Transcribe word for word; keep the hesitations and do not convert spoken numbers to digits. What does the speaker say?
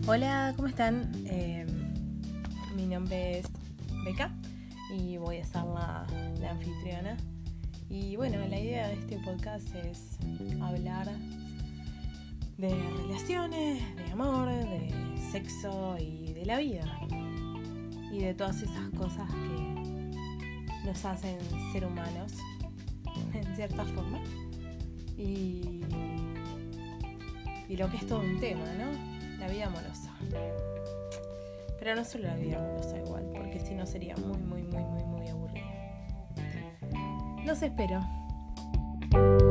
Hola, ¿cómo están? Eh, mi nombre es Beca y voy a ser la, la anfitriona. Y bueno, la idea de este podcast es hablar de relaciones, de amor, de sexo y de la vida. Y de todas esas cosas que nos hacen ser humanos, en cierta forma. Y, y lo que es todo un tema, ¿no? La vida amorosa. Pero no solo la vida amorosa igual, porque si no sería muy, muy, muy, muy, muy aburrida. Los espero.